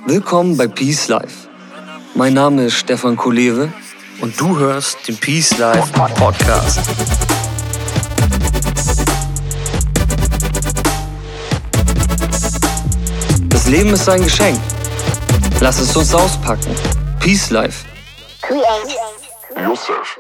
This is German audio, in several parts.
Willkommen bei Peace Life. Mein Name ist Stefan Kolewe und du hörst den Peace Life Podcast. Das Leben ist ein Geschenk. Lass es uns auspacken. Peace Life. Create yourself.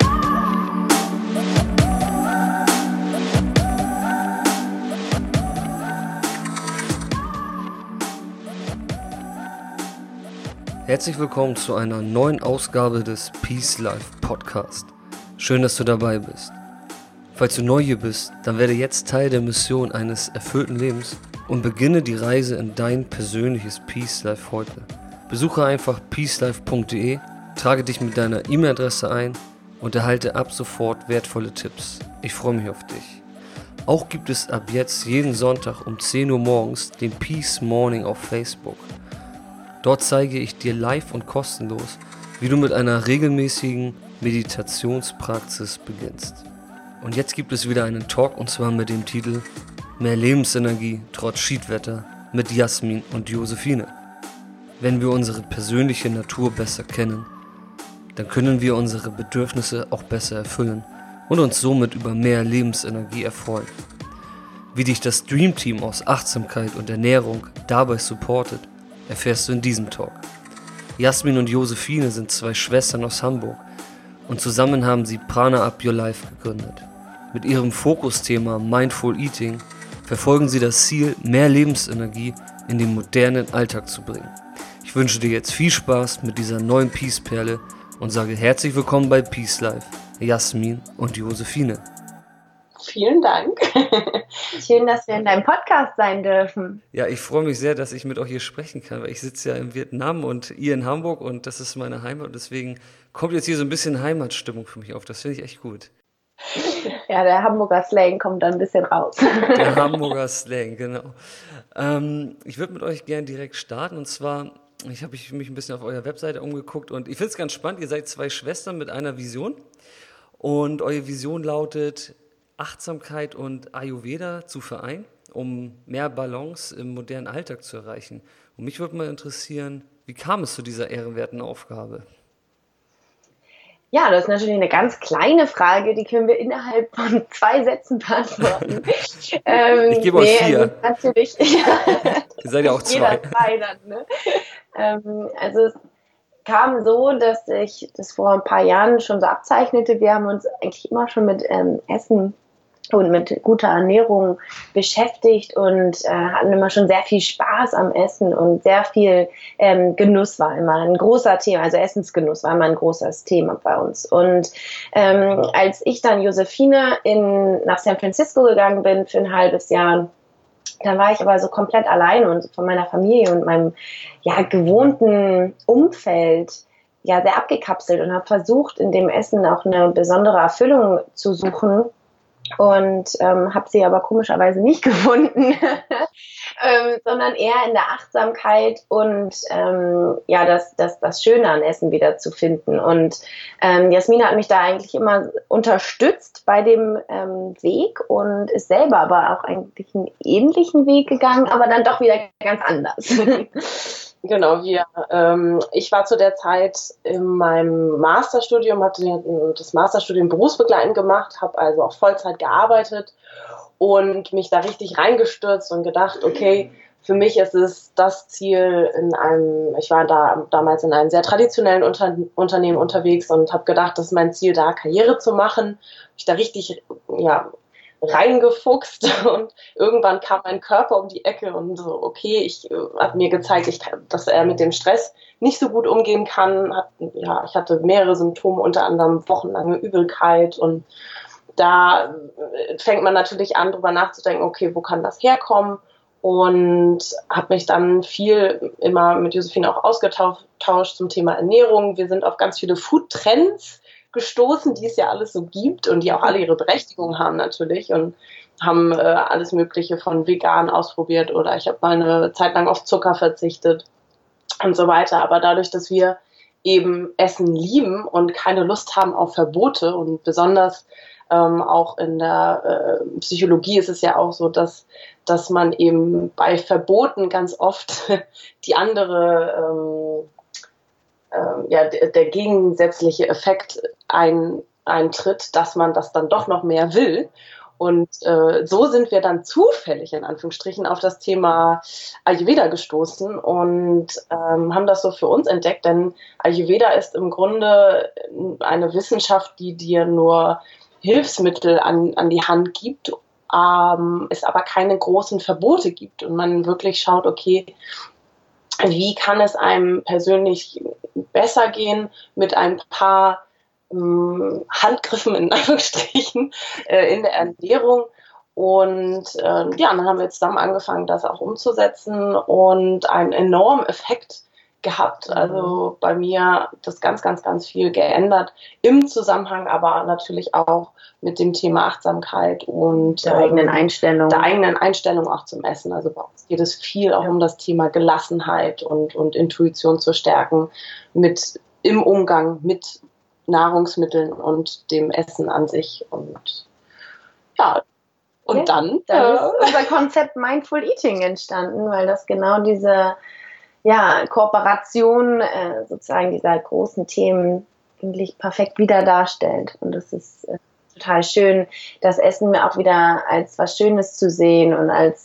Herzlich willkommen zu einer neuen Ausgabe des Peace Life Podcast. Schön, dass du dabei bist. Falls du neu hier bist, dann werde jetzt Teil der Mission eines erfüllten Lebens und beginne die Reise in dein persönliches Peace Life heute. Besuche einfach peacelife.de, trage dich mit deiner E-Mail-Adresse ein und erhalte ab sofort wertvolle Tipps. Ich freue mich auf dich. Auch gibt es ab jetzt jeden Sonntag um 10 Uhr morgens den Peace Morning auf Facebook. Dort zeige ich dir live und kostenlos, wie du mit einer regelmäßigen Meditationspraxis beginnst. Und jetzt gibt es wieder einen Talk, und zwar mit dem Titel Mehr Lebensenergie trotz Schiedwetter mit Jasmin und Josephine. Wenn wir unsere persönliche Natur besser kennen, dann können wir unsere Bedürfnisse auch besser erfüllen und uns somit über mehr Lebensenergie erfreuen. Wie dich das Dream Team aus Achtsamkeit und Ernährung dabei supportet, erfährst du in diesem Talk. Jasmin und Josephine sind zwei Schwestern aus Hamburg und zusammen haben sie Prana Up Your Life gegründet. Mit ihrem Fokusthema Mindful Eating verfolgen sie das Ziel, mehr Lebensenergie in den modernen Alltag zu bringen. Ich wünsche dir jetzt viel Spaß mit dieser neuen Peace-Perle und sage herzlich willkommen bei Peace Life, Jasmin und Josephine. Vielen Dank. Schön, dass wir in deinem Podcast sein dürfen. Ja, ich freue mich sehr, dass ich mit euch hier sprechen kann, weil ich sitze ja in Vietnam und ihr in Hamburg und das ist meine Heimat und deswegen kommt jetzt hier so ein bisschen Heimatstimmung für mich auf. Das finde ich echt gut. Ja, der Hamburger Slang kommt dann ein bisschen raus. Der Hamburger Slang, genau. Ich würde mit euch gerne direkt starten und zwar, habe mich ein bisschen auf eurer Webseite umgeguckt und ich finde es ganz spannend, ihr seid zwei Schwestern mit einer Vision und eure Vision lautet, Achtsamkeit und Ayurveda zu vereinen, um mehr Balance im modernen Alltag zu erreichen. Und mich würde mal interessieren, wie kam es zu dieser ehrenwerten Aufgabe? Ja, das ist natürlich eine ganz kleine Frage, die können wir innerhalb von 2 Sätzen beantworten. Ich gebe euch 4. Also natürlich, Ihr seid ja auch 2. Jeder 2 dann, ne? Also es kam so, dass ich das vor ein paar Jahren schon so abzeichnete. Wir haben uns eigentlich immer schon mit Essen und mit guter Ernährung beschäftigt und hatten immer schon sehr viel Spaß am Essen und sehr viel Genuss war immer ein großer Thema, also Essensgenuss war immer ein großes Thema bei uns. Und als ich dann Josephine nach San Francisco gegangen bin für ein halbes Jahr, dann war ich aber so komplett allein und von meiner Familie und meinem gewohnten Umfeld sehr abgekapselt und habe versucht, in dem Essen auch eine besondere Erfüllung zu suchen. Und habe sie aber komischerweise nicht gefunden, sondern eher in der Achtsamkeit und das Schöne an Essen wieder zu finden. Und Jasmina hat mich da eigentlich immer unterstützt bei dem Weg und ist selber aber auch eigentlich einen ähnlichen Weg gegangen, aber dann doch wieder ganz anders. Genau, ich war zu der Zeit in meinem Masterstudium, hatte das Masterstudium berufsbegleitend gemacht, habe also auch Vollzeit gearbeitet und mich da richtig reingestürzt und gedacht, okay, für mich ist es das Ziel ich war damals in einem sehr traditionellen Unternehmen unterwegs und habe gedacht, das ist mein Ziel, da Karriere zu machen. Ich da richtig, reingefuchst und irgendwann kam mein Körper um die Ecke und so, okay, hat mir gezeigt, dass er mit dem Stress nicht so gut umgehen kann. Ich hatte mehrere Symptome, unter anderem wochenlange Übelkeit und da fängt man natürlich an, drüber nachzudenken, okay, wo kann das herkommen? Und habe mich dann viel immer mit Josephine auch ausgetauscht zum Thema Ernährung. Wir sind auf ganz viele Food-Trends gestoßen, die es ja alles so gibt und die auch alle ihre Berechtigung haben natürlich und haben alles Mögliche von vegan ausprobiert oder ich habe mal eine Zeit lang auf Zucker verzichtet und so weiter. Aber dadurch, dass wir eben Essen lieben und keine Lust haben auf Verbote und besonders Auch in der Psychologie ist es ja auch so, dass man eben bei Verboten ganz oft die andere, der gegensätzliche Effekt eintritt, dass man das dann doch noch mehr will. Und so sind wir dann zufällig in Anführungsstrichen auf das Thema Ayurveda gestoßen und haben das so für uns entdeckt, denn Ayurveda ist im Grunde eine Wissenschaft, die dir nur Hilfsmittel an die Hand gibt, es aber keine großen Verbote gibt und man wirklich schaut, okay, wie kann es einem persönlich besser gehen mit ein paar Handgriffen in Anführungsstrichen in der Ernährung. Und dann haben wir zusammen angefangen, das auch umzusetzen und einen enormen Effekt gehabt. Also bei mir das ganz, ganz, ganz viel geändert. Im Zusammenhang aber natürlich auch mit dem Thema Achtsamkeit und der eigenen Einstellung. Der eigenen Einstellung auch zum Essen. Also bei uns geht es viel auch um das Thema Gelassenheit und Intuition zu stärken im Umgang mit Nahrungsmitteln und dem Essen an sich. Und ja, und dann ist unser Konzept Mindful Eating entstanden, weil das genau diese Kooperation sozusagen dieser großen Themen eigentlich perfekt wieder darstellt. Und es ist total schön, das Essen auch wieder als was Schönes zu sehen und als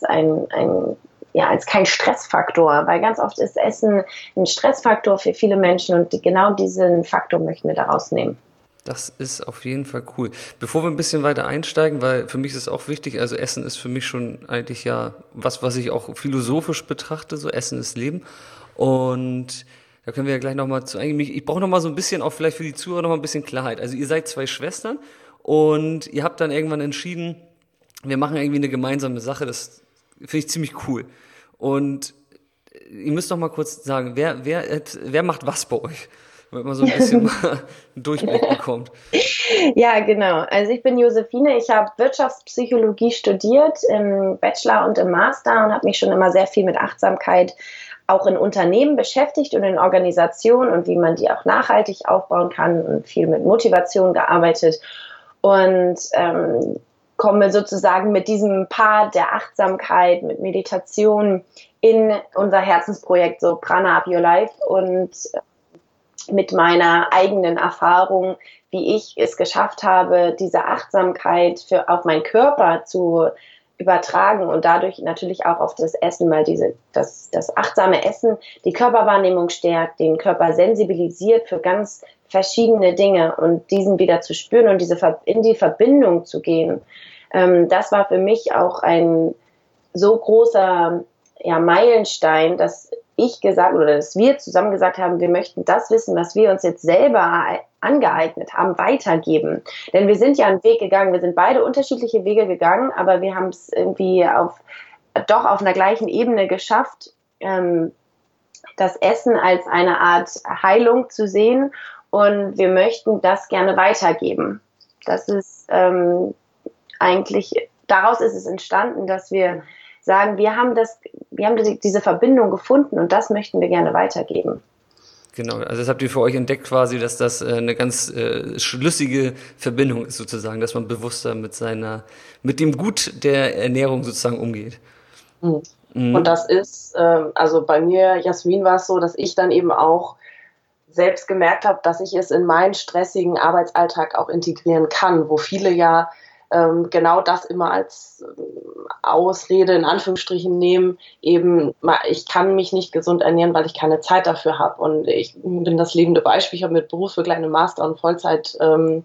als kein Stressfaktor, weil ganz oft ist Essen ein Stressfaktor für viele Menschen und genau diesen Faktor möchten wir daraus nehmen. Das ist auf jeden Fall cool. Bevor wir ein bisschen weiter einsteigen, weil für mich ist es auch wichtig, also Essen ist für mich schon eigentlich was ich auch philosophisch betrachte, so Essen ist Leben. Und da können wir ja gleich nochmal ich brauche nochmal so ein bisschen auch vielleicht für die Zuhörer nochmal ein bisschen Klarheit. Also ihr seid 2 Schwestern und ihr habt dann irgendwann entschieden, wir machen irgendwie eine gemeinsame Sache, das finde ich ziemlich cool. Und ihr müsst doch mal kurz sagen, wer macht was bei euch? Damit man so ein bisschen mal einen Durchblick bekommt. Ja, genau. Also ich bin Josephine, ich habe Wirtschaftspsychologie studiert im Bachelor und im Master und habe mich schon immer sehr viel mit Achtsamkeit auch in Unternehmen beschäftigt und in Organisationen und wie man die auch nachhaltig aufbauen kann und viel mit Motivation gearbeitet und komme sozusagen mit diesem Part der Achtsamkeit, mit Meditation in unser Herzensprojekt, so Prana Up Your Life und mit meiner eigenen Erfahrung, wie ich es geschafft habe, diese Achtsamkeit auf meinen Körper zu übertragen und dadurch natürlich auch auf das Essen, weil das achtsame Essen die Körperwahrnehmung stärkt, den Körper sensibilisiert für ganz verschiedene Dinge und diesen wieder zu spüren und in die Verbindung zu gehen. Das war für mich auch ein so großer Meilenstein, dass wir zusammen gesagt haben, wir möchten das Wissen, was wir uns jetzt selber angeeignet haben, weitergeben. Denn wir sind ja einen Weg gegangen, wir sind beide unterschiedliche Wege gegangen, aber wir haben es irgendwie auf einer gleichen Ebene geschafft, das Essen als eine Art Heilung zu sehen und wir möchten das gerne weitergeben. Das ist daraus ist es entstanden, dass wir sagen, wir haben diese Verbindung gefunden und das möchten wir gerne weitergeben. Genau, also das habt ihr für euch entdeckt quasi, dass das eine ganz schlüssige Verbindung ist sozusagen, dass man bewusster mit dem Gut der Ernährung sozusagen umgeht. Mhm. Und das ist, also bei mir, Jasmin, war es so, dass ich dann eben auch selbst gemerkt habe, dass ich es in meinen stressigen Arbeitsalltag auch integrieren kann, wo viele ja genau das immer als Ausrede in Anführungsstrichen nehmen, eben ich kann mich nicht gesund ernähren, weil ich keine Zeit dafür habe und ich bin das lebende Beispiel, ich habe mit berufsbegleitendem Master und Vollzeit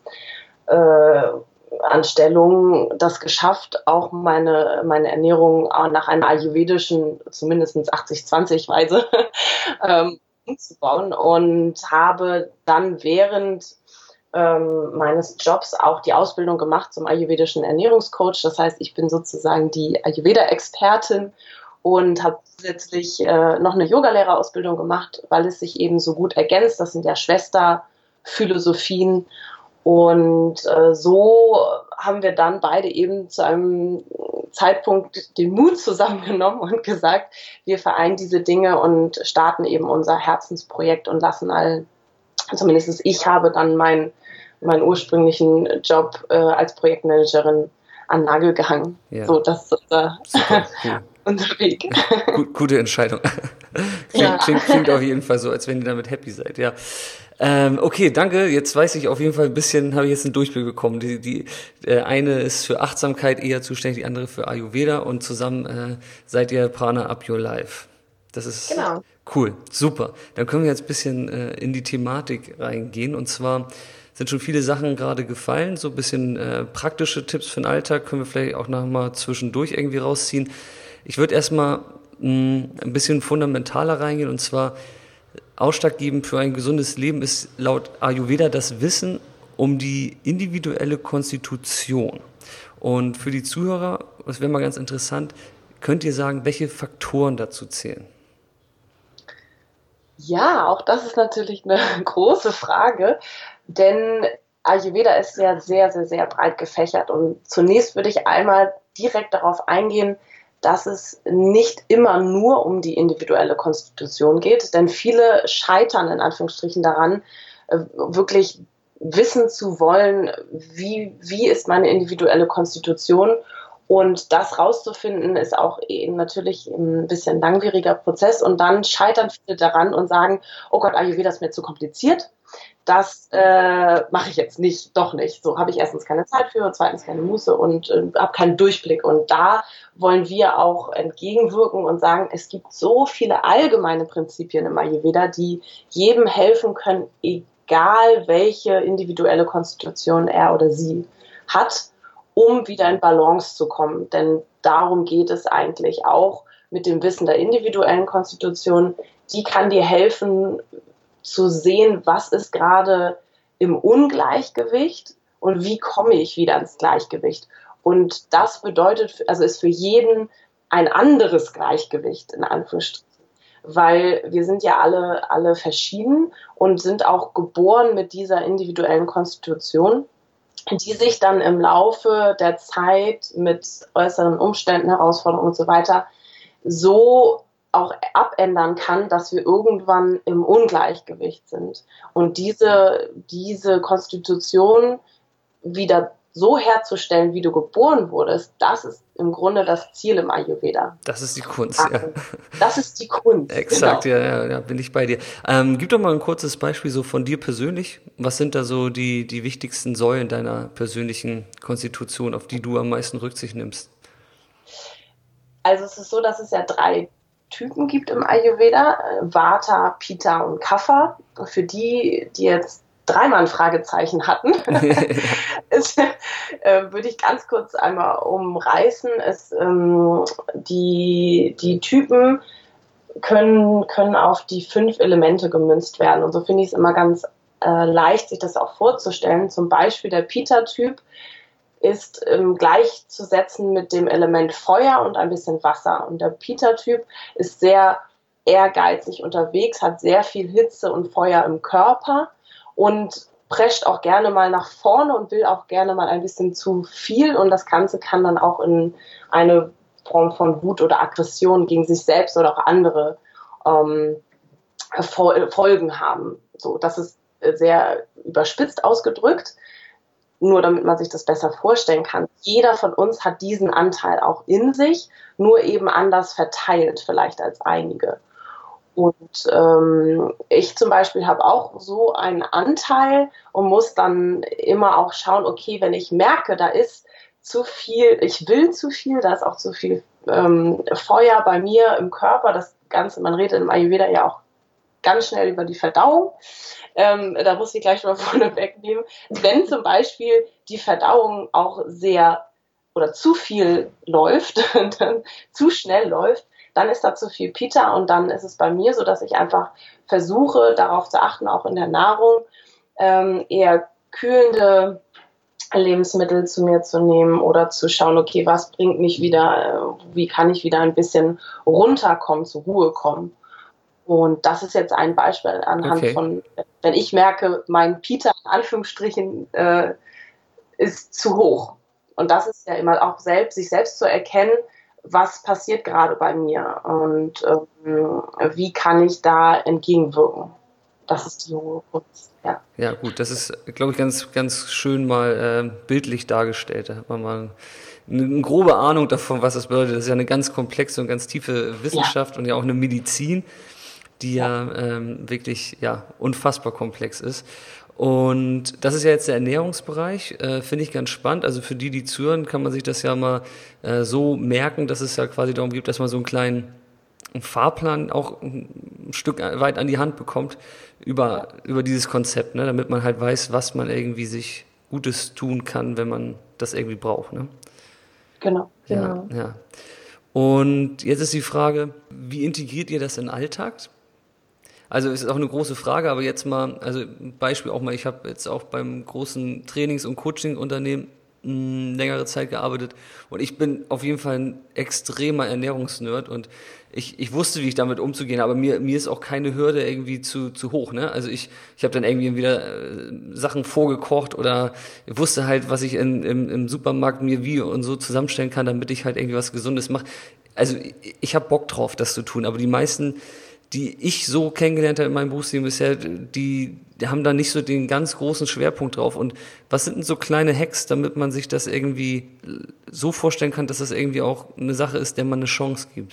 Anstellung das geschafft, auch meine Ernährung nach einer ayurvedischen, zumindest 80-20-Weise umzubauen und habe dann während meines Jobs auch die Ausbildung gemacht zum ayurvedischen Ernährungscoach. Das heißt, ich bin sozusagen die Ayurveda-Expertin und habe zusätzlich noch eine Yogalehrerausbildung gemacht, weil es sich eben so gut ergänzt. Das sind ja Schwesterphilosophien. Und so haben wir dann beide eben zu einem Zeitpunkt den Mut zusammengenommen und gesagt, wir vereinen diese Dinge und starten eben unser Herzensprojekt und lassen zumindest ich habe dann mein meinen ursprünglichen Job als Projektmanagerin an den Nagel gehangen. Ja. So, das ist Super, cool. unser Weg. Gute Entscheidung. Klingt auf jeden Fall so, als wenn ihr damit happy seid, ja. Okay, danke. Jetzt weiß ich auf jeden Fall ein bisschen, habe ich jetzt einen Durchblick bekommen. Die eine ist für Achtsamkeit eher zuständig, die andere für Ayurveda und zusammen seid ihr Prana Up Your Life. Das ist Genau. Cool, super. Dann können wir jetzt ein bisschen in die Thematik reingehen. Und zwar sind schon viele Sachen gerade gefallen, so ein bisschen praktische Tipps für den Alltag können wir vielleicht auch noch mal zwischendurch irgendwie rausziehen. Ich würde erstmal ein bisschen fundamentaler reingehen, und zwar ausschlaggebend für ein gesundes Leben ist laut Ayurveda das Wissen um die individuelle Konstitution. Und für die Zuhörer, das wäre mal ganz interessant, könnt ihr sagen, welche Faktoren dazu zählen? Ja, auch das ist natürlich eine große Frage, denn Ayurveda ist ja sehr, sehr, sehr breit gefächert. Und zunächst würde ich einmal direkt darauf eingehen, dass es nicht immer nur um die individuelle Konstitution geht, denn viele scheitern in Anführungsstrichen daran, wirklich wissen zu wollen, wie ist meine individuelle Konstitution. Und das rauszufinden ist auch eben natürlich ein bisschen langwieriger Prozess. Und dann scheitern viele daran und sagen, oh Gott, Ayurveda ist mir zu kompliziert. Das mache ich jetzt nicht, doch nicht. So habe ich erstens keine Zeit für, zweitens keine Muße und habe keinen Durchblick. Und da wollen wir auch entgegenwirken und sagen, es gibt so viele allgemeine Prinzipien im Ayurveda, die jedem helfen können, egal welche individuelle Konstitution er oder sie hat, um wieder in Balance zu kommen. Denn darum geht es eigentlich auch mit dem Wissen der individuellen Konstitution. Die kann dir helfen zu sehen, was ist gerade im Ungleichgewicht und wie komme ich wieder ins Gleichgewicht. Und das bedeutet, also ist für jeden ein anderes Gleichgewicht in Anführungsstrichen. Weil wir sind ja alle verschieden und sind auch geboren mit dieser individuellen Konstitution, die sich dann im Laufe der Zeit mit äußeren Umständen, Herausforderungen und so weiter so auch abändern kann, dass wir irgendwann im Ungleichgewicht sind. Und diese Konstitution wieder so herzustellen, wie du geboren wurdest, das ist im Grunde das Ziel im Ayurveda. Das ist die Kunst, ja. Das ist die Kunst. Exakt, genau. Ja, bin ich bei dir. Gib doch mal ein kurzes Beispiel so von dir persönlich. Was sind da so die wichtigsten Säulen deiner persönlichen Konstitution, auf die du am meisten Rücksicht nimmst? Also es ist so, dass es ja 3 Typen gibt im Ayurveda, Vata, Pitta und Kapha. Für die jetzt 3-mal ein Fragezeichen hatten, würde ich ganz kurz einmal umreißen. Die Typen können auf die 5 Elemente gemünzt werden. Und so finde ich es immer ganz leicht, sich das auch vorzustellen. Zum Beispiel der Pitta-Typ ist gleichzusetzen mit dem Element Feuer und ein bisschen Wasser. Und der Pitta-Typ ist sehr ehrgeizig unterwegs, hat sehr viel Hitze und Feuer im Körper und prescht auch gerne mal nach vorne und will auch gerne mal ein bisschen zu viel. Und das Ganze kann dann auch in eine Form von Wut oder Aggression gegen sich selbst oder auch andere Folgen haben. So, das ist sehr überspitzt ausgedrückt. Nur damit man sich das besser vorstellen kann. Jeder von uns hat diesen Anteil auch in sich, nur eben anders verteilt vielleicht als einige. Und ich zum Beispiel habe auch so einen Anteil und muss dann immer auch schauen, okay, wenn ich merke, da ist zu viel, ich will zu viel, da ist auch zu viel Feuer bei mir im Körper, das Ganze, man redet im Ayurveda ja auch ganz schnell über die Verdauung. Da muss ich gleich mal vorne wegnehmen. Wenn zum Beispiel die Verdauung auch sehr oder zu viel läuft, dann zu schnell läuft, dann ist da zu viel Pitta und dann ist es bei mir so, dass ich einfach versuche, darauf zu achten, auch in der Nahrung, eher kühlende Lebensmittel zu mir zu nehmen oder zu schauen, okay, was bringt mich wieder, wie kann ich wieder ein bisschen runterkommen, zur Ruhe kommen. Und das ist jetzt ein Beispiel anhand von, wenn ich merke, mein Pitta in Anführungsstrichen ist zu hoch. Und das ist ja immer auch sich selbst zu erkennen, was passiert gerade bei mir und wie kann ich da entgegenwirken. das ist die hohe Kunst. Ja. Ja, gut, das ist, glaube ich, ganz, ganz schön mal bildlich dargestellt. Da hat man mal eine grobe Ahnung davon, was das bedeutet. Das ist ja eine ganz komplexe und ganz tiefe Wissenschaft und ja auch eine Medizin, die wirklich unfassbar komplex ist. Und das ist ja jetzt der Ernährungsbereich, finde ich ganz spannend. Also für die zuhören, kann man sich das ja mal so merken, dass es ja quasi darum geht, dass man so einen kleinen Fahrplan auch ein Stück weit an die Hand bekommt über dieses Konzept, ne? Damit man halt weiß, was man irgendwie sich Gutes tun kann, wenn man das irgendwie braucht. Ne? Genau. Ja. Und jetzt ist die Frage, wie integriert ihr das in den Alltag? Also es ist auch eine große Frage, aber jetzt mal, also Beispiel auch mal, ich habe jetzt auch beim großen Trainings- und Coaching-Unternehmen längere Zeit gearbeitet und ich bin auf jeden Fall ein extremer Ernährungsnerd und ich wusste, wie ich damit umzugehen, aber mir ist auch keine Hürde irgendwie zu hoch, ne? Also ich habe dann irgendwie wieder Sachen vorgekocht oder wusste halt, was ich im Supermarkt mir wie und so zusammenstellen kann, damit ich halt irgendwie was Gesundes mache. Also ich habe Bock drauf, das zu tun, aber die meisten, die ich so kennengelernt habe in meinem Berufsleben bisher, die haben da nicht so den ganz großen Schwerpunkt drauf. Und was sind denn so kleine Hacks, damit man sich das irgendwie so vorstellen kann, dass das irgendwie auch eine Sache ist, der man eine Chance gibt?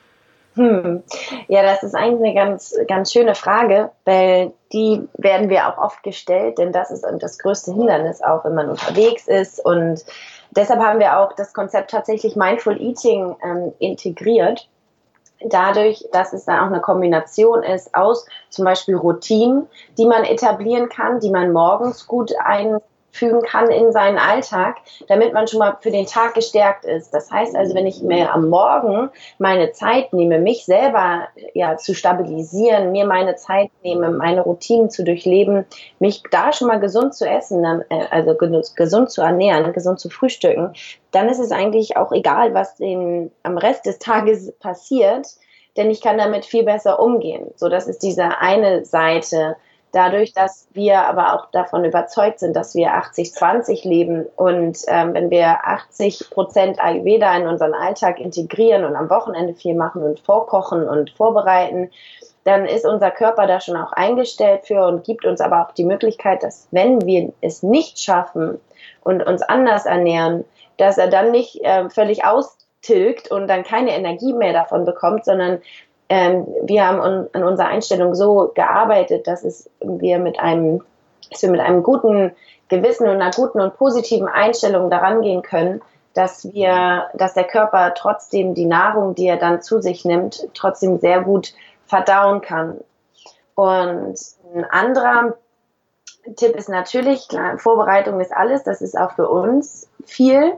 Ja, das ist eigentlich eine ganz, ganz schöne Frage, weil die werden wir auch oft gestellt, denn das ist das größte Hindernis auch, wenn man unterwegs ist. Und deshalb haben wir auch das Konzept tatsächlich Mindful Eating integriert. Dadurch, dass es dann auch eine Kombination ist aus zum Beispiel Routinen, die man etablieren kann, die man morgens gut einfügen kann in seinen Alltag, damit man schon mal für den Tag gestärkt ist. Das heißt also, wenn ich mir am Morgen meine Zeit nehme, mich selber zu stabilisieren, mir meine Zeit nehme, meine Routinen zu durchleben, mich da schon mal gesund zu essen, also gesund zu ernähren, gesund zu frühstücken, dann ist es eigentlich auch egal, was am Rest des Tages passiert, denn ich kann damit viel besser umgehen. So, das ist diese eine Seite. Dadurch, dass wir aber auch davon überzeugt sind, dass wir 80-20 leben und wenn wir 80% Ayurveda in unseren Alltag integrieren und am Wochenende viel machen und vorkochen und vorbereiten, dann ist unser Körper da schon auch eingestellt für und gibt uns aber auch die Möglichkeit, dass wenn wir es nicht schaffen und uns anders ernähren, dass er dann nicht völlig austilgt und dann keine Energie mehr davon bekommt, sondern wir haben an unserer Einstellung so gearbeitet, dass wir mit einem guten Gewissen und einer guten und positiven Einstellung daran gehen können, dass der Körper trotzdem die Nahrung, die er dann zu sich nimmt, trotzdem sehr gut verdauen kann. Und ein anderer Tipp ist natürlich, klar, Vorbereitung ist alles, das ist auch für uns viel.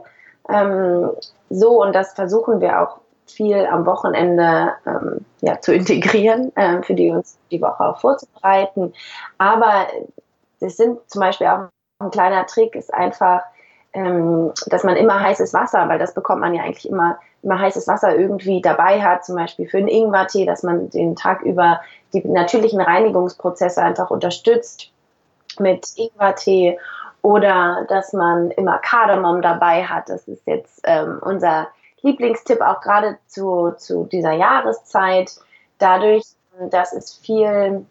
Und das versuchen wir auch viel am Wochenende zu integrieren, für die Woche auch vorzubereiten. Aber es sind zum Beispiel auch ein kleiner Trick, ist einfach, dass man immer heißes Wasser, weil das bekommt man ja eigentlich immer heißes Wasser irgendwie dabei hat, zum Beispiel für einen Ingwertee, dass man den Tag über die natürlichen Reinigungsprozesse einfach unterstützt mit Ingwertee oder dass man immer Kardamom dabei hat. Das ist jetzt unser Lieblingstipp auch gerade zu dieser Jahreszeit. Dadurch, dass es viel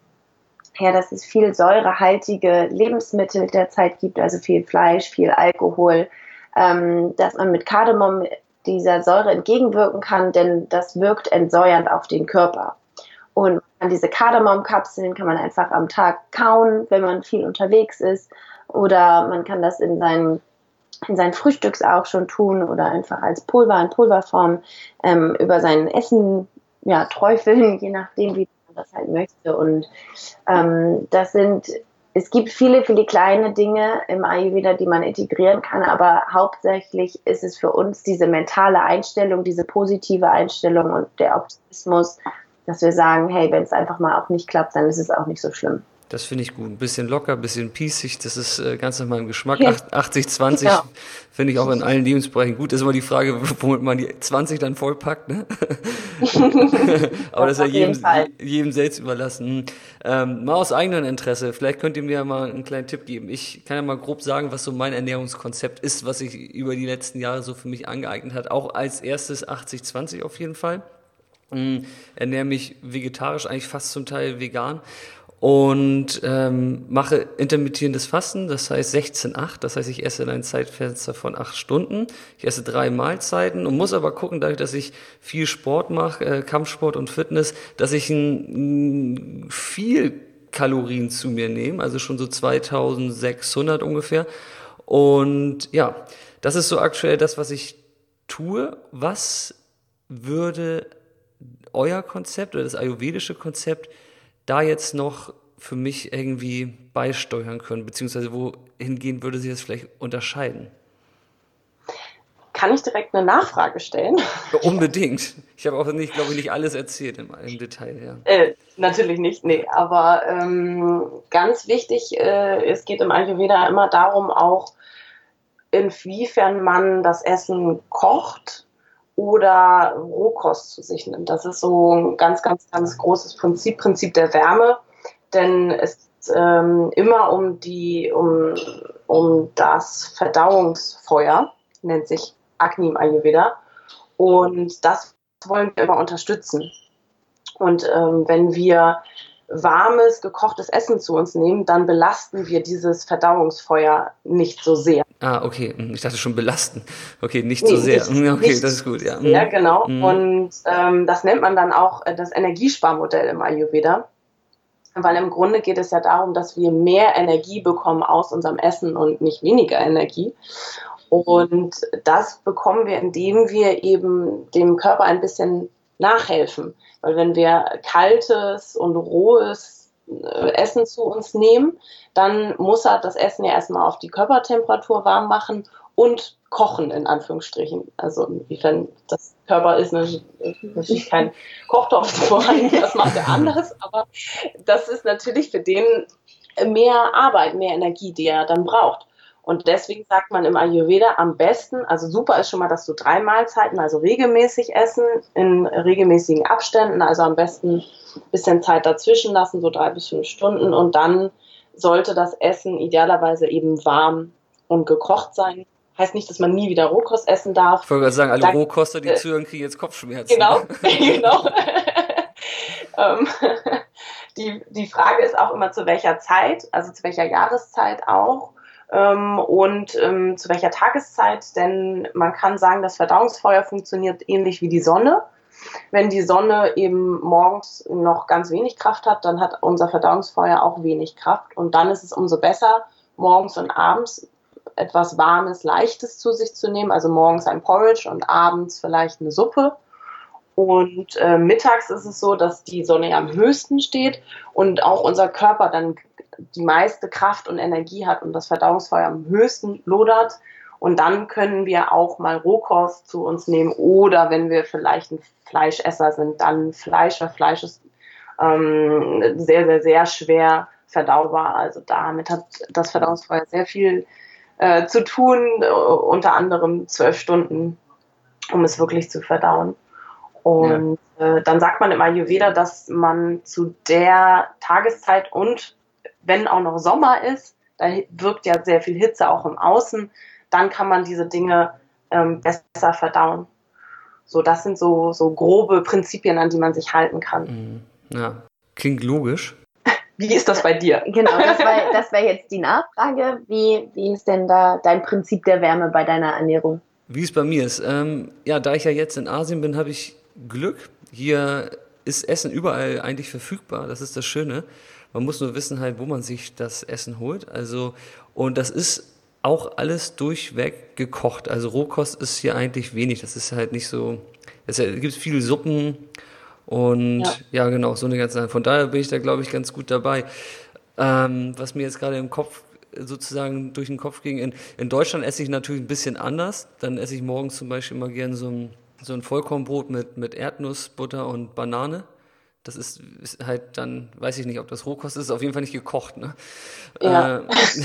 säurehaltige Lebensmittel derzeit gibt, also viel Fleisch, viel Alkohol, dass man mit Kardamom dieser Säure entgegenwirken kann, denn das wirkt entsäuernd auf den Körper. Und diese Kardamomkapseln kann man einfach am Tag kauen, wenn man viel unterwegs ist, oder man kann das in sein Frühstücks auch schon tun oder einfach als Pulver in Pulverform über sein Essen träufeln, je nachdem, wie man das halt möchte. Und es gibt viele, viele kleine Dinge im Ayurveda, die man integrieren kann, aber hauptsächlich ist es für uns diese mentale Einstellung, diese positive Einstellung und der Optimismus, dass wir sagen, hey, wenn es einfach mal auch nicht klappt, dann ist es auch nicht so schlimm. Das finde ich gut. Ein bisschen locker, ein bisschen piesig, das ist ganz nach meinem Geschmack. 80-20 finde ich auch in allen Lebensbereichen gut. Das ist immer die Frage, womit man die 20 dann vollpackt. Ne? Aber das ist ja jedem selbst überlassen. Mal aus eigenem Interesse, vielleicht könnt ihr mir mal einen kleinen Tipp geben. Ich kann ja mal grob sagen, was so mein Ernährungskonzept ist, was sich über die letzten Jahre so für mich angeeignet hat. Auch als erstes 80-20 auf jeden Fall. Ernähre mich vegetarisch, eigentlich fast zum Teil vegan. und mache intermittierendes Fasten, das heißt 16:8, das heißt, ich esse in einem Zeitfenster von 8 Stunden. Ich esse 3 Mahlzeiten und muss aber gucken, dadurch, dass ich viel Sport mache, Kampfsport und Fitness, dass ich viel Kalorien zu mir nehme, also schon so 2600 ungefähr. Und ja, das ist so aktuell das, was ich tue. Was würde euer Konzept oder das ayurvedische Konzept da jetzt noch für mich irgendwie beisteuern können, beziehungsweise wohingehend würde sich das vielleicht unterscheiden? Kann ich direkt eine Nachfrage stellen? Ja, unbedingt. Ich habe auch nicht, glaube ich, nicht alles erzählt im Detail. Ja. Natürlich nicht, nee. Aber ganz wichtig, es geht im Ayurveda immer darum, auch inwiefern man das Essen kocht oder Rohkost zu sich nimmt. Das ist so ein ganz, ganz, ganz großes Prinzip der Wärme, denn es geht immer um das Verdauungsfeuer, nennt sich Agni im Ayurveda, und das wollen wir immer unterstützen. Und wenn wir warmes, gekochtes Essen zu uns nehmen, dann belasten wir dieses Verdauungsfeuer nicht so sehr. Ah, okay. Ich dachte schon belasten. Okay, nicht so sehr. Okay, das ist gut, ja. Ja, genau. Und das nennt man dann auch das Energiesparmodell im Ayurveda. Weil im Grunde geht es ja darum, dass wir mehr Energie bekommen aus unserem Essen und nicht weniger Energie. Und das bekommen wir, indem wir eben dem Körper ein bisschen nachhelfen. Weil wenn wir kaltes und rohes Essen zu uns nehmen, dann muss er das Essen ja erstmal auf die Körpertemperatur warm machen und kochen, in Anführungsstrichen. Also inwiefern das Körper ist natürlich kein Kochtopf vorhanden, das macht er anders, aber das ist natürlich für den mehr Arbeit, mehr Energie, die er dann braucht. Und deswegen sagt man im Ayurveda am besten, also super ist schon mal, dass du 3 Mahlzeiten, also regelmäßig essen, in regelmäßigen Abständen, also am besten ein bisschen Zeit dazwischen lassen, so 3 bis 5 Stunden, und dann sollte das Essen idealerweise eben warm und gekocht sein. Heißt nicht, dass man nie wieder Rohkost essen darf. Ich wollte gerade sagen, alle Rohkoster, die zuhören, kriegen jetzt Kopfschmerzen. Genau, genau. Die Frage ist auch immer, zu welcher Zeit, also zu welcher Jahreszeit auch. Und zu welcher Tageszeit, denn man kann sagen, das Verdauungsfeuer funktioniert ähnlich wie die Sonne. Wenn die Sonne eben morgens noch ganz wenig Kraft hat, dann hat unser Verdauungsfeuer auch wenig Kraft, und dann ist es umso besser, morgens und abends etwas Warmes, Leichtes zu sich zu nehmen, also morgens ein Porridge und abends vielleicht eine Suppe. Und mittags ist es so, dass die Sonne ja am höchsten steht und auch unser Körper dann die meiste Kraft und Energie hat und das Verdauungsfeuer am höchsten lodert. Und dann können wir auch mal Rohkost zu uns nehmen, oder wenn wir vielleicht ein Fleischesser sind, dann Fleisch, weil Fleisch ist sehr, sehr, sehr schwer verdaubar. Also damit hat das Verdauungsfeuer sehr viel zu tun, unter anderem 12 Stunden, um es wirklich zu verdauen. Und dann sagt man im Ayurveda, dass man zu der Tageszeit, und wenn auch noch Sommer ist, da wirkt ja sehr viel Hitze auch im Außen, dann kann man diese Dinge besser verdauen. So, das sind so grobe Prinzipien, an die man sich halten kann. Ja, klingt logisch. Wie ist das bei dir? Genau, das wär jetzt die Nachfrage. Wie ist denn da dein Prinzip der Wärme bei deiner Ernährung? Wie es bei mir ist? Ja, da ich ja jetzt in Asien bin, habe ich Glück. Hier ist Essen überall eigentlich verfügbar. Das ist das Schöne. Man muss nur wissen halt, wo man sich das Essen holt. Also, und das ist auch alles durchweg gekocht. Also Rohkost ist hier eigentlich wenig. Das ist halt nicht so, es gibt viele Suppen und ja genau, so eine ganze Sache. Von daher bin ich da, glaube ich, ganz gut dabei. Was mir jetzt gerade im Kopf sozusagen durch den Kopf ging, in Deutschland esse ich natürlich ein bisschen anders. Dann esse ich morgens zum Beispiel immer gern so ein Vollkornbrot mit Erdnussbutter und Banane. Das ist halt dann, weiß ich nicht, ob das Rohkost ist auf jeden Fall nicht gekocht, ne? Ja.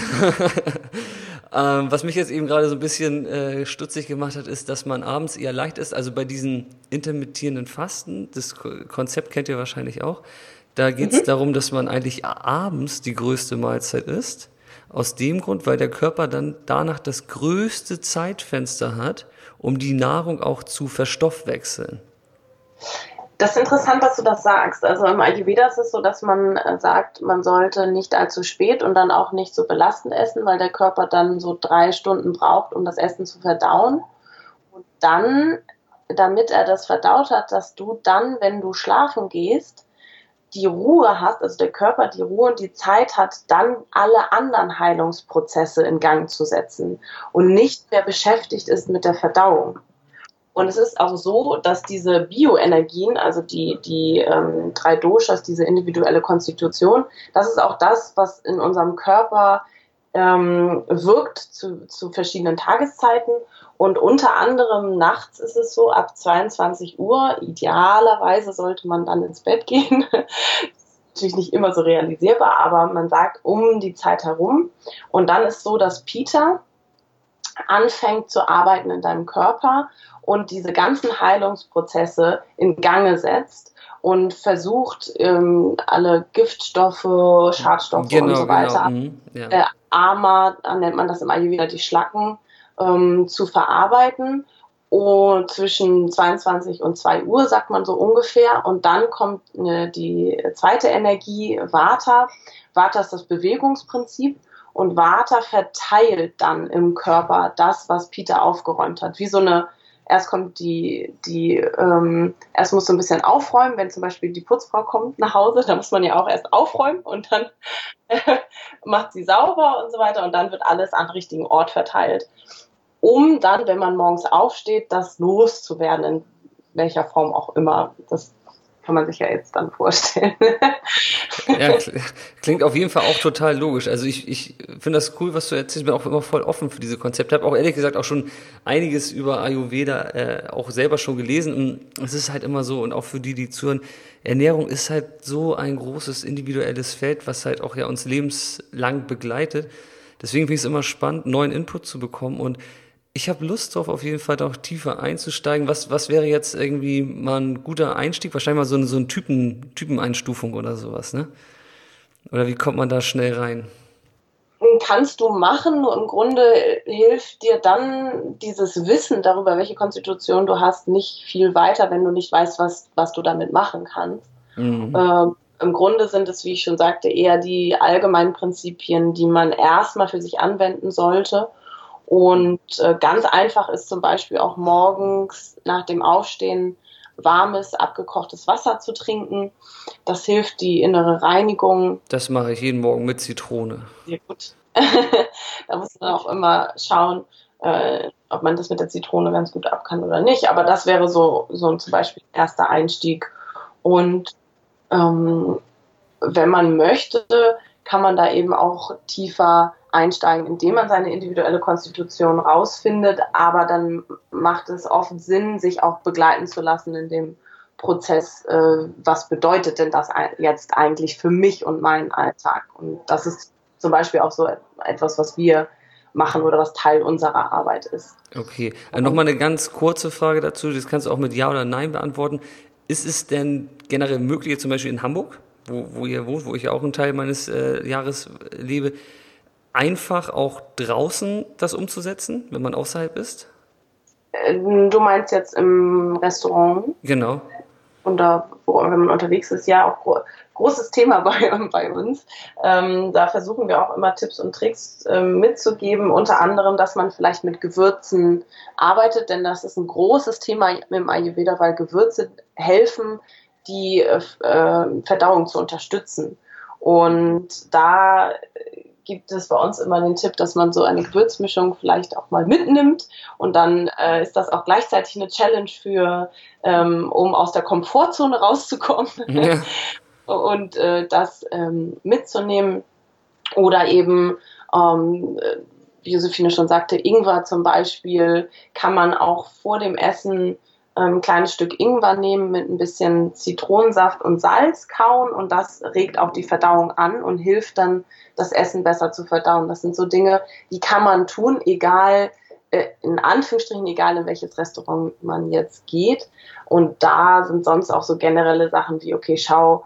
Was mich jetzt eben gerade so ein bisschen stutzig gemacht hat, ist, dass man abends eher leicht isst. Also bei diesen intermittierenden Fasten, das Konzept kennt ihr wahrscheinlich auch, da geht es darum, dass man eigentlich abends die größte Mahlzeit isst. Aus dem Grund, weil der Körper dann danach das größte Zeitfenster hat, um die Nahrung auch zu verstoffwechseln. Das ist interessant, dass du das sagst. Also im Ayurveda ist es so, dass man sagt, man sollte nicht allzu spät und dann auch nicht so belastend essen, weil der Körper dann so 3 Stunden braucht, um das Essen zu verdauen. Und dann, damit er das verdaut hat, dass du dann, wenn du schlafen gehst, die Ruhe hast, also der Körper die Ruhe und die Zeit hat, dann alle anderen Heilungsprozesse in Gang zu setzen und nicht mehr beschäftigt ist mit der Verdauung. Und es ist auch so, dass diese Bioenergien, also die 3 Doshas, diese individuelle Konstitution, das ist auch das, was in unserem Körper wirkt zu verschiedenen Tageszeiten. Und unter anderem nachts ist es so, ab 22 Uhr, idealerweise sollte man dann ins Bett gehen. Natürlich nicht immer so realisierbar, aber man sagt um die Zeit herum. Und dann ist so, dass Pitta anfängt zu arbeiten in deinem Körper und diese ganzen Heilungsprozesse in Gange setzt und versucht, alle Giftstoffe, Schadstoffe und so weiter, Ama, nennt man das im Ayurveda, die Schlacken, zu verarbeiten. Und zwischen 22 und 2 Uhr, sagt man so ungefähr. Und dann kommt die zweite Energie, Vata. Vata ist das Bewegungsprinzip. Und Vata verteilt dann im Körper das, was Pitta aufgeräumt hat. Wie so eine, erst kommt erst muss so ein bisschen aufräumen, wenn zum Beispiel die Putzfrau kommt nach Hause, dann muss man ja auch erst aufräumen und dann macht sie sauber und so weiter und dann wird alles an den richtigen Ort verteilt. Um dann, wenn man morgens aufsteht, das loszuwerden, in welcher Form auch immer. Das kann man sich ja jetzt dann vorstellen. Ja, klingt auf jeden Fall auch total logisch. Also ich finde das cool, was du erzählst. Ich bin auch immer voll offen für diese Konzepte. Ich habe auch ehrlich gesagt auch schon einiges über Ayurveda auch selber schon gelesen. Und es ist halt immer so, und auch für die zuhören, Ernährung ist halt so ein großes individuelles Feld, was halt auch ja uns lebenslang begleitet. Deswegen finde ich es immer spannend, neuen Input zu bekommen. Und ich habe Lust drauf, auf jeden Fall da auch tiefer einzusteigen. Was wäre jetzt irgendwie mal ein guter Einstieg? Wahrscheinlich mal so eine Typeneinstufung oder sowas, ne? Oder wie kommt man da schnell rein? Kannst du machen, nur im Grunde hilft dir dann dieses Wissen darüber, welche Konstitution du hast, nicht viel weiter, wenn du nicht weißt, was du damit machen kannst. Mhm. Im Grunde sind es, wie ich schon sagte, eher die allgemeinen Prinzipien, die man erstmal für sich anwenden sollte. Und ganz einfach ist zum Beispiel auch morgens nach dem Aufstehen warmes, abgekochtes Wasser zu trinken. Das hilft die innere Reinigung. Das mache ich jeden Morgen mit Zitrone. Sehr gut. Da muss man auch immer schauen, ob man das mit der Zitrone ganz gut ab kann oder nicht. Aber das wäre so zum Beispiel ein erster Einstieg. Und wenn man möchte, kann man da eben auch tiefer einsteigen, indem man seine individuelle Konstitution rausfindet, aber dann macht es oft Sinn, sich auch begleiten zu lassen in dem Prozess, was bedeutet denn das jetzt eigentlich für mich und meinen Alltag? Und das ist zum Beispiel auch so etwas, was wir machen oder was Teil unserer Arbeit ist. Okay, nochmal eine ganz kurze Frage dazu, das kannst du auch mit Ja oder Nein beantworten. Ist es denn generell möglich, zum Beispiel in Hamburg, wo ihr wohnt, wo ich ja auch einen Teil meines Jahres lebe, einfach auch draußen das umzusetzen, wenn man außerhalb ist? Du meinst jetzt im Restaurant? Genau. Und da, wenn man unterwegs ist, ja auch großes Thema bei uns. Da versuchen wir auch immer Tipps und Tricks mitzugeben, unter anderem, dass man vielleicht mit Gewürzen arbeitet, denn das ist ein großes Thema im Ayurveda, weil Gewürze helfen, die Verdauung zu unterstützen. Und da gibt es bei uns immer den Tipp, dass man so eine Gewürzmischung vielleicht auch mal mitnimmt und dann ist das auch gleichzeitig eine Challenge um aus der Komfortzone rauszukommen ja. Und das mitzunehmen oder eben, wie Josephine schon sagte, Ingwer zum Beispiel kann man auch vor dem Essen ein kleines Stück Ingwer nehmen, mit ein bisschen Zitronensaft und Salz kauen und das regt auch die Verdauung an und hilft dann, das Essen besser zu verdauen. Das sind so Dinge, die kann man tun, egal, in Anführungsstrichen, egal in welches Restaurant man jetzt geht. Und da sind sonst auch so generelle Sachen wie, okay, schau,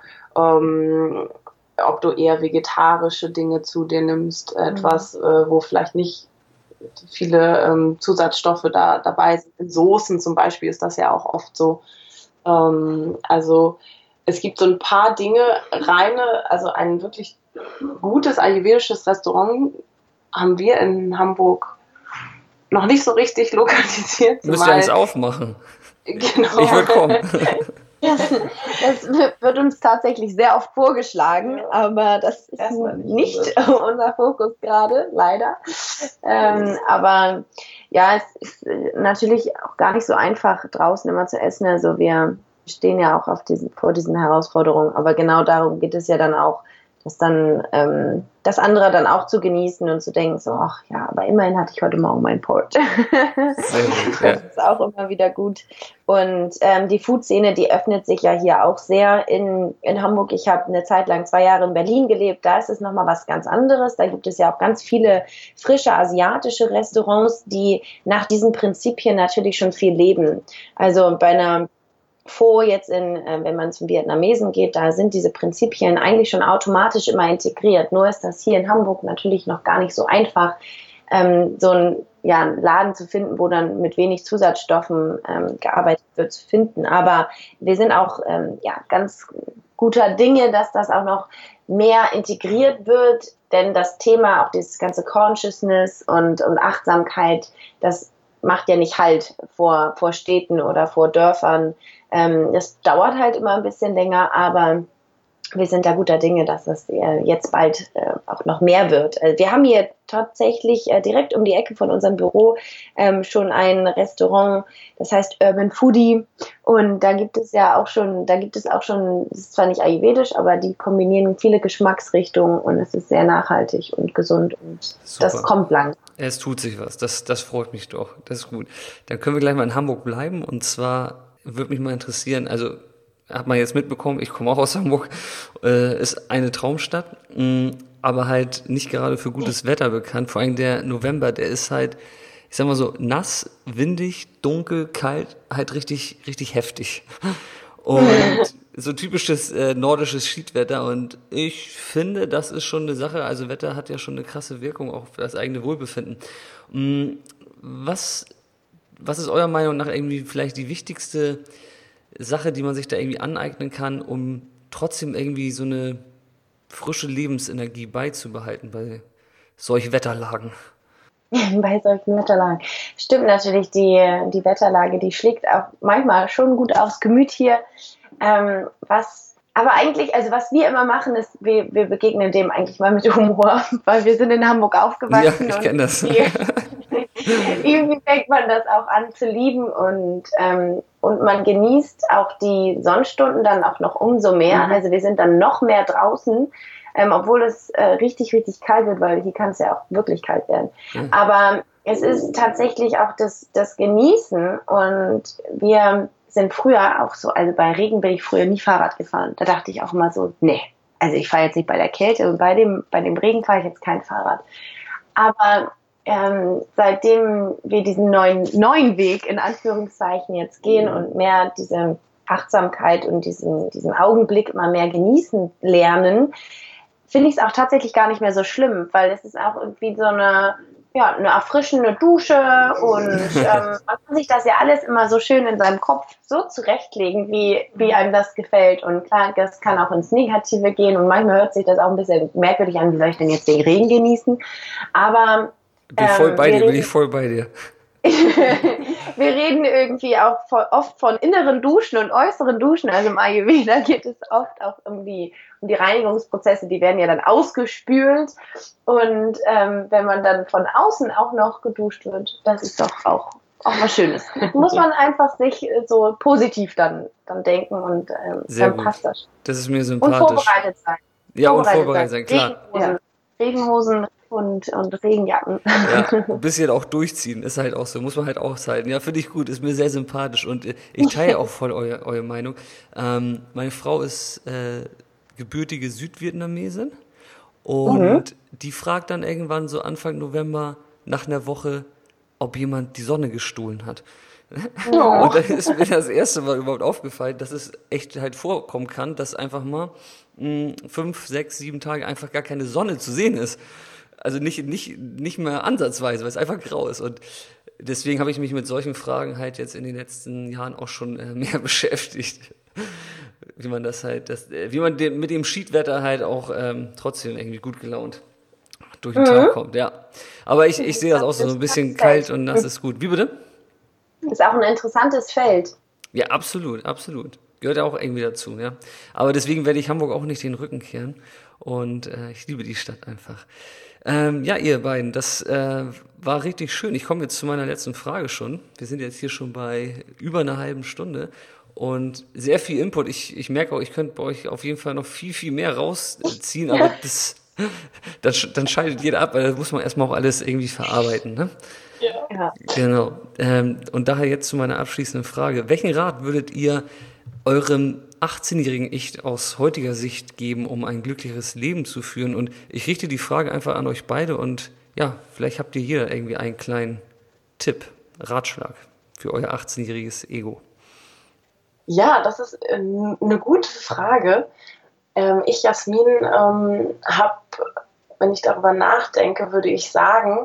ob du eher vegetarische Dinge zu dir nimmst, etwas, wo vielleicht nicht viele Zusatzstoffe dabei sind. In Soßen zum Beispiel ist das ja auch oft so. Also es gibt so ein paar Dinge, also ein wirklich gutes ayurvedisches Restaurant haben wir in Hamburg noch nicht so richtig lokalisiert. Müsst ihr eins aufmachen. Genau. Ich würde kommen. Das wird uns tatsächlich sehr oft vorgeschlagen, aber das ist nicht unser Fokus gerade, leider. Aber ja, es ist natürlich auch gar nicht so einfach, draußen immer zu essen. Also wir stehen ja auch vor diesen Herausforderungen, aber genau darum geht es ja dann auch, das andere dann auch zu genießen und zu denken, so, ach ja, aber immerhin hatte ich heute Morgen mein Port. Sehr gut, ja. Das ist auch immer wieder gut. Und die Food-Szene, die öffnet sich ja hier auch sehr in Hamburg. Ich habe eine Zeit lang 2 Jahre in Berlin gelebt. Da ist es nochmal was ganz anderes. Da gibt es ja auch ganz viele frische asiatische Restaurants, die nach diesen Prinzipien natürlich schon viel leben. Also bei einer Pho jetzt wenn man zum Vietnamesen geht, da sind diese Prinzipien eigentlich schon automatisch immer integriert. Nur ist das hier in Hamburg natürlich noch gar nicht so einfach, so einen Laden zu finden, wo dann mit wenig Zusatzstoffen gearbeitet wird, zu finden. Aber wir sind auch ganz guter Dinge, dass das auch noch mehr integriert wird, denn das Thema, auch dieses ganze Consciousness und Achtsamkeit, das macht ja nicht Halt vor Städten oder vor Dörfern. Das dauert halt immer ein bisschen länger, aber wir sind da guter Dinge, dass es jetzt bald auch noch mehr wird. Wir haben hier tatsächlich direkt um die Ecke von unserem Büro schon ein Restaurant, das heißt Urban Foodie. Und da gibt es auch schon, das ist zwar nicht ayurvedisch, aber die kombinieren viele Geschmacksrichtungen und es ist sehr nachhaltig und gesund und Super. Das kommt lang. Es tut sich was, das freut mich doch, das ist gut. Dann können wir gleich mal in Hamburg bleiben und zwar würde mich mal interessieren, also hat man jetzt mitbekommen, ich komme auch aus Hamburg, ist eine Traumstadt, aber halt nicht gerade für gutes Wetter bekannt. Vor allem der November, der ist halt, ich sag mal so, nass, windig, dunkel, kalt, halt richtig, richtig heftig. Und so typisches nordisches Schiedwetter und ich finde, das ist schon eine Sache, also Wetter hat ja schon eine krasse Wirkung auch für das eigene Wohlbefinden. Was ist eurer Meinung nach irgendwie vielleicht die wichtigste Sache, die man sich da irgendwie aneignen kann, um trotzdem irgendwie so eine frische Lebensenergie beizubehalten bei solchen Wetterlagen? Bei solchen Wetterlagen. Stimmt natürlich, die Wetterlage, die schlägt auch manchmal schon gut aufs Gemüt hier. Aber eigentlich, also was wir immer machen, ist, wir begegnen dem eigentlich mal mit Humor, weil wir sind in Hamburg aufgewachsen. Ja, ich kenne das. Irgendwie fängt man das auch an zu lieben und man genießt auch die Sonnenstunden dann auch noch umso mehr. Also wir sind dann noch mehr draußen, obwohl es richtig, richtig kalt wird, weil hier kann es ja auch wirklich kalt werden. Aber es ist tatsächlich auch das Genießen und wir sind früher auch so, also bei Regen bin ich früher nie Fahrrad gefahren. Da dachte ich auch immer so, nee, also ich fahre jetzt nicht bei der Kälte und bei dem Regen fahre ich jetzt kein Fahrrad. Aber seitdem wir diesen neuen Weg in Anführungszeichen jetzt gehen und mehr diese Achtsamkeit und diesen Augenblick immer mehr genießen lernen, finde ich es auch tatsächlich gar nicht mehr so schlimm, weil es ist auch irgendwie so eine erfrischende Dusche und man kann sich das ja alles immer so schön in seinem Kopf so zurechtlegen, wie einem das gefällt. Und klar, das kann auch ins Negative gehen und manchmal hört sich das auch ein bisschen merkwürdig an, wie soll ich denn jetzt den Regen genießen? Aber bin ich voll bei dir. Wir reden irgendwie auch oft von inneren Duschen und äußeren Duschen. Also im Ayurveda geht es oft auch um die Reinigungsprozesse, die werden ja dann ausgespült. Und wenn man dann von außen auch noch geduscht wird, das ist doch auch was Schönes. Muss man einfach sich so positiv dann denken und dann passt das. Das ist mir sympathisch. Und vorbereitet sein. Ja, und vorbereitet sein, klar. Regenhosen und Regenjacken. Ja, ein bisschen auch durchziehen, ist halt auch so, muss man halt aushalten. Ja, finde ich gut, ist mir sehr sympathisch und ich teile auch voll eure Meinung. Meine Frau ist gebürtige Südvietnamesin und die fragt dann irgendwann so Anfang November nach einer Woche, ob jemand die Sonne gestohlen hat. Oh. Und dann ist mir das erste Mal überhaupt aufgefallen, dass es echt halt vorkommen kann, dass einfach mal 5, 6, 7 Tage einfach gar keine Sonne zu sehen ist. Also nicht mehr ansatzweise, weil es einfach grau ist. Und deswegen habe ich mich mit solchen Fragen halt jetzt in den letzten Jahren auch schon mehr beschäftigt. Wie man mit dem Schiedwetter halt auch trotzdem irgendwie gut gelaunt durch den Tag kommt, ja. Aber ich sehe das auch so ein bisschen kalt und nass ist gut. Wie bitte? Ist auch ein interessantes Feld. Ja, absolut. Gehört ja auch irgendwie dazu, ja. Aber deswegen werde ich Hamburg auch nicht den Rücken kehren. Und ich liebe die Stadt einfach. Ja, ihr beiden, das war richtig schön. Ich komme jetzt zu meiner letzten Frage schon. Wir sind jetzt hier schon bei über einer halben Stunde. Und sehr viel Input. Ich merke auch, ich könnte bei euch auf jeden Fall noch viel, viel mehr rausziehen. Aber dann scheidet jeder ab, weil das muss man erstmal auch alles irgendwie verarbeiten, ne? Ja. Genau. Und daher jetzt zu meiner abschließenden Frage. Welchen Rat würdet ihr eurem 18-jährigen Ich aus heutiger Sicht geben, um ein glücklicheres Leben zu führen? Und ich richte die Frage einfach an euch beide und ja, vielleicht habt ihr jeder irgendwie einen kleinen Tipp, Ratschlag für euer 18-jähriges Ego. Ja, das ist eine gute Frage. Ich, Jasmin, habe, wenn ich darüber nachdenke, würde ich sagen,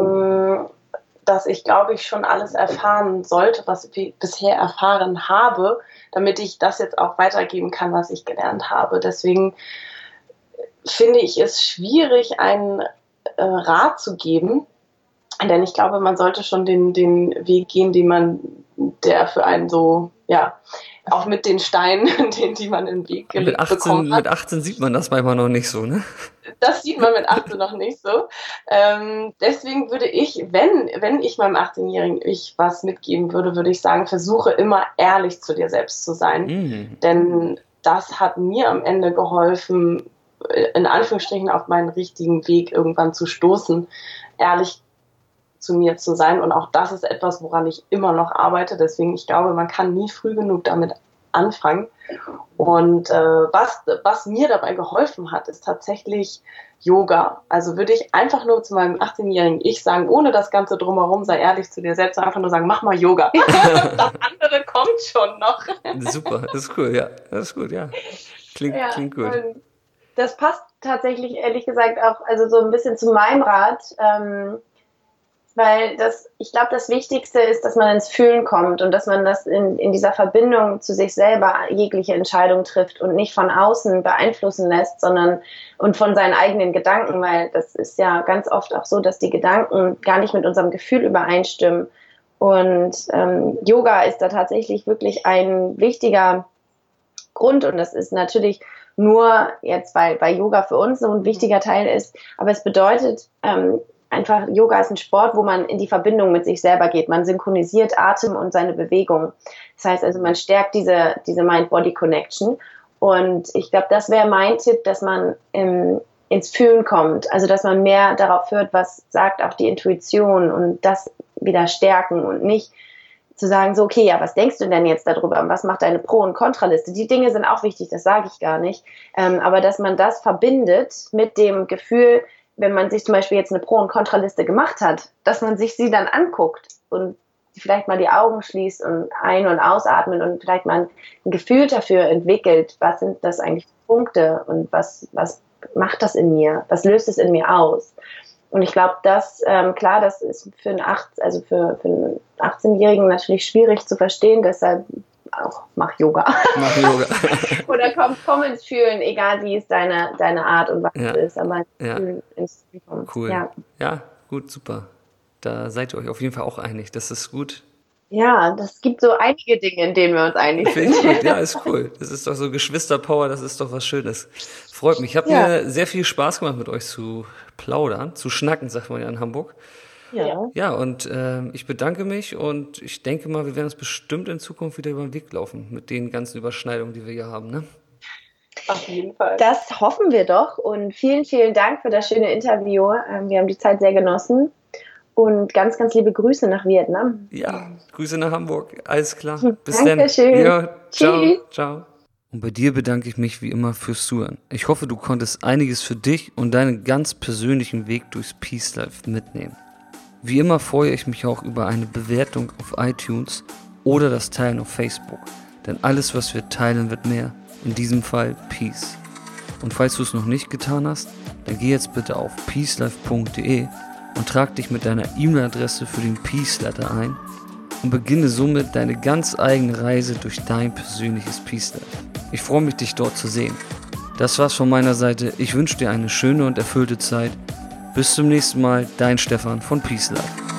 dass ich, glaube ich, schon alles erfahren sollte, was ich bisher erfahren habe, damit ich das jetzt auch weitergeben kann, was ich gelernt habe. Deswegen finde ich es schwierig, einen Rat zu geben, denn ich glaube, man sollte schon den Weg gehen, der für einen so, ja, auch mit den Steinen, die man im Weg gelegt bekommen hat. Mit 18 sieht man das manchmal noch nicht so, ne? Das sieht man mit 18 noch nicht so. Deswegen würde ich, wenn ich meinem 18-jährigen Ich was mitgeben würde, würde ich sagen, versuche immer ehrlich zu dir selbst zu sein. Denn das hat mir am Ende geholfen, in Anführungsstrichen auf meinen richtigen Weg irgendwann zu stoßen, ehrlich zu mir zu sein. Und auch das ist etwas, woran ich immer noch arbeite. Deswegen, ich glaube, man kann nie früh genug damit anfangen. Und was mir dabei geholfen hat, ist tatsächlich Yoga. Also würde ich einfach nur zu meinem 18-jährigen Ich sagen, ohne das Ganze drumherum, sei ehrlich zu dir selbst, einfach nur sagen, mach mal Yoga. Das andere kommt schon noch. Super, das ist cool, ja. Das ist gut, ja. Klingt gut. Das passt tatsächlich, ehrlich gesagt, auch also so ein bisschen zu meinem Rat, weil ich glaube, das Wichtigste ist, dass man ins Fühlen kommt und dass man das in dieser Verbindung zu sich selber jegliche Entscheidung trifft und nicht von außen beeinflussen lässt, sondern und von seinen eigenen Gedanken, weil das ist ja ganz oft auch so, dass die Gedanken gar nicht mit unserem Gefühl übereinstimmen. Und Yoga ist da tatsächlich wirklich ein wichtiger Grund und das ist natürlich nur jetzt, weil Yoga für uns so ein wichtiger Teil ist, aber es bedeutet einfach, Yoga ist ein Sport, wo man in die Verbindung mit sich selber geht. Man synchronisiert Atem und seine Bewegung. Das heißt also, man stärkt diese Mind-Body-Connection. Und ich glaube, das wäre mein Tipp, dass man ins Fühlen kommt. Also, dass man mehr darauf hört, was sagt auch die Intuition und das wieder stärken und nicht zu sagen, so, okay, ja, was denkst du denn jetzt darüber? Was macht deine Pro- und Kontraliste? Die Dinge sind auch wichtig, das sage ich gar nicht. Aber dass man das verbindet mit dem Gefühl, wenn man sich zum Beispiel jetzt eine Pro- und Kontraliste gemacht hat, dass man sich sie dann anguckt und vielleicht mal die Augen schließt und ein- und ausatmet und vielleicht mal ein Gefühl dafür entwickelt, was sind das eigentlich für Punkte und was macht das in mir, was löst es in mir aus. Und ich glaube, das ist für einen 18-Jährigen natürlich schwierig zu verstehen, deshalb auch mach Yoga. Oder komm ins Fühlen, egal wie ist deine Art und was es ist, aber ins Fühlen kommen. Cool. Ja, gut, super. Da seid ihr euch auf jeden Fall auch einig. Das ist gut. Ja, das gibt so einige Dinge, in denen wir uns einig sind. Gut. Ja, ist cool. Das ist doch so Geschwisterpower, das ist doch was Schönes. Freut mich. Ich habe mir sehr viel Spaß gemacht, mit euch zu plaudern, zu schnacken, sagt man ja in Hamburg. Ja, und ich bedanke mich und ich denke mal, wir werden uns bestimmt in Zukunft wieder über den Weg laufen mit den ganzen Überschneidungen, die wir hier haben, ne? Auf jeden Fall. Das hoffen wir doch und vielen, vielen Dank für das schöne Interview. Wir haben die Zeit sehr genossen und ganz, ganz liebe Grüße nach Vietnam. Ja, Grüße nach Hamburg. Alles klar. Bis dann. Dankeschön. Ja, ciao. Tschüss. Ciao. Und bei dir bedanke ich mich wie immer fürs Zuhören. Ich hoffe, du konntest einiges für dich und deinen ganz persönlichen Weg durchs Peace Life mitnehmen. Wie immer freue ich mich auch über eine Bewertung auf iTunes oder das Teilen auf Facebook. Denn alles, was wir teilen, wird mehr. In diesem Fall Peace. Und falls du es noch nicht getan hast, dann geh jetzt bitte auf peacelife.de und trag dich mit deiner E-Mail-Adresse für den Peace Letter ein und beginne somit deine ganz eigene Reise durch dein persönliches Peace Life. Ich freue mich, dich dort zu sehen. Das war's von meiner Seite. Ich wünsche dir eine schöne und erfüllte Zeit. Bis zum nächsten Mal, dein Stefan von Peace Life.